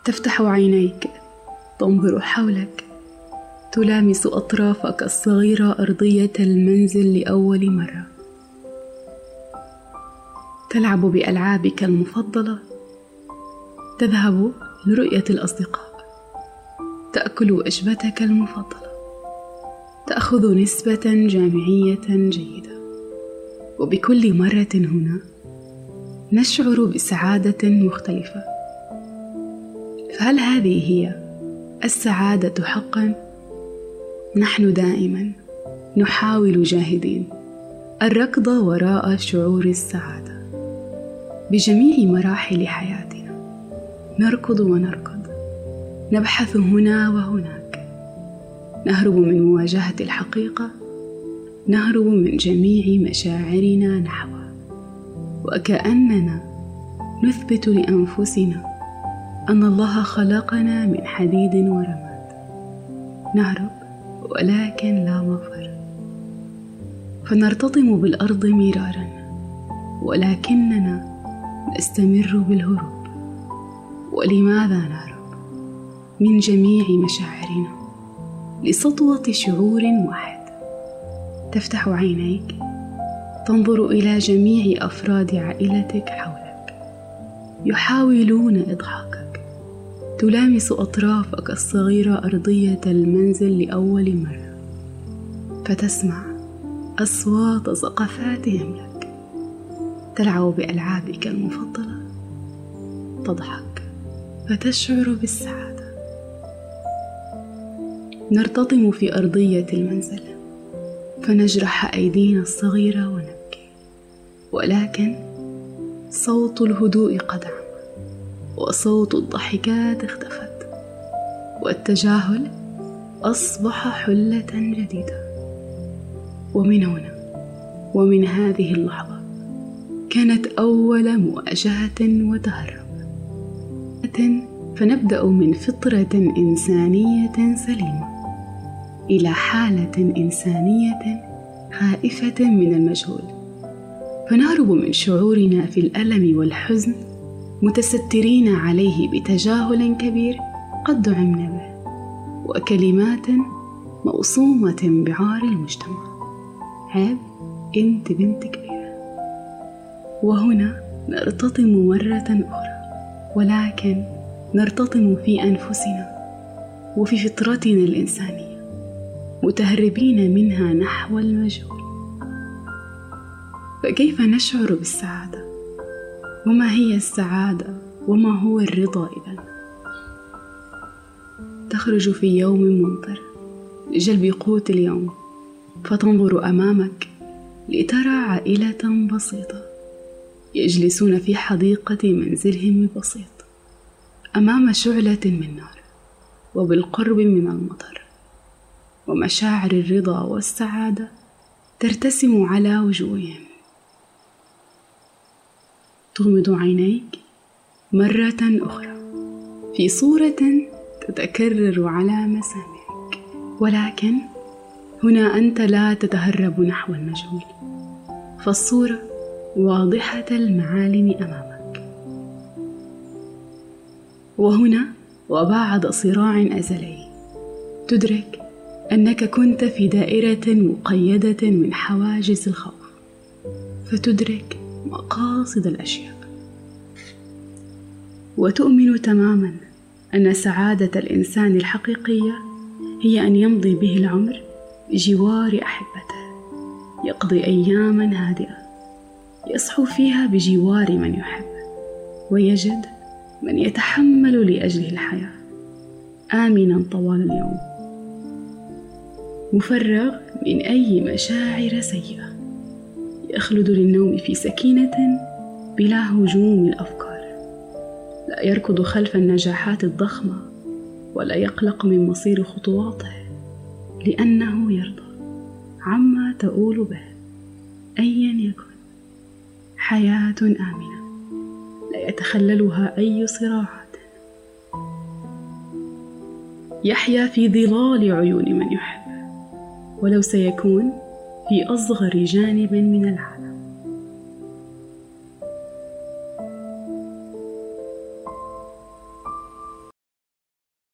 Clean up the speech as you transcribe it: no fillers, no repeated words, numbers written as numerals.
تفتح عينيك، تنظر حولك، تلامس أطرافك الصغيرة أرضية المنزل لأول مرة. تلعب بألعابك المفضلة، تذهب لرؤية الأصدقاء، تأكل وجبتك المفضلة، تأخذ نسبة جامعية جيدة. وبكل مرة هنا نشعر بسعادة مختلفة. فهل هذه هي السعادة حقا؟ نحن دائما نحاول جاهدين الركض وراء شعور السعادة بجميع مراحل حياتنا. نركض ونركض، نبحث هنا وهناك، نهرب من مواجهة الحقيقة، نهرب من جميع مشاعرنا نحوها، وكأننا نثبت لأنفسنا أن الله خلقنا من حديد ورماد. نهرب ولكن لا مفر، فنرتطم بالأرض مرارا، ولكننا نستمر بالهروب. ولماذا نهرب من جميع مشاعرنا لسطوة شعور واحد؟ تفتح عينيك، تنظر إلى جميع أفراد عائلتك حولك يحاولون إضحاكك، تلامس أطرافك الصغيرة أرضية المنزل لأول مرة، فتسمع أصوات زقفاتهم لك. تلعب بألعابك المفضلة، تضحك فتشعر بالسعادة. نرتطم في أرضية المنزل فنجرح أيدينا الصغيرة ونبكي، ولكن صوت الهدوء قد عم، وصوت الضحكات اختفت، والتجاهل أصبح حلة جديدة. ومن هنا ومن هذه اللحظة كانت أول مواجهة وتهرب، فنبدأ من فطرة إنسانية سليمة إلى حالة إنسانية خائفة من المجهول، فنهرب من شعورنا في الألم والحزن متسترين عليه بتجاهل كبير قد دعمنا به، وكلمات موصومة بعار المجتمع: عيب، انت بنت كبيرة. وهنا نرتطم مرة أخرى، ولكن نرتطم في أنفسنا وفي فطرتنا الإنسانية، متهربين منها نحو المجهول. فكيف نشعر بالسعادة؟ وما هي السعادة؟ وما هو الرضا إذن؟ تخرج في يوم ممطر لجلب قوت اليوم، فتنظر أمامك لترى عائلة بسيطة يجلسون في حديقة منزلهم البسيط أمام شعلة من نار وبالقرب من المطر، ومشاعر الرضا والسعادة ترتسم على وجوههم. تغمض عينيك مرة أخرى في صورة تتكرر على مسامعك، ولكن هنا أنت لا تتهرب نحو المجهول، فالصورة واضحة المعالم أمامك. وهنا وبعد صراع أزلي تدرك أنك كنت في دائرة مقيدة من حواجز الخوف، فتدرك مقاصد الأشياء، وتؤمن تماما أن سعادة الإنسان الحقيقية هي أن يمضي به العمر بجوار أحبته، يقضي أياما هادئة يصحو فيها بجوار من يحب، ويجد من يتحمل لأجله الحياة، آمنا طوال اليوم، مفرغ من أي مشاعر سيئة، يخلد للنوم في سكينة بلا هجوم الأفكار، لا يركض خلف النجاحات الضخمة ولا يقلق من مصير خطواته، لأنه يرضى عما تؤول به أيا يكن. حياة آمنة لا يتخللها أي صراعات، يحيا في ظلال عيون من يحب، ولو سيكون في أصغر جانب من العالم.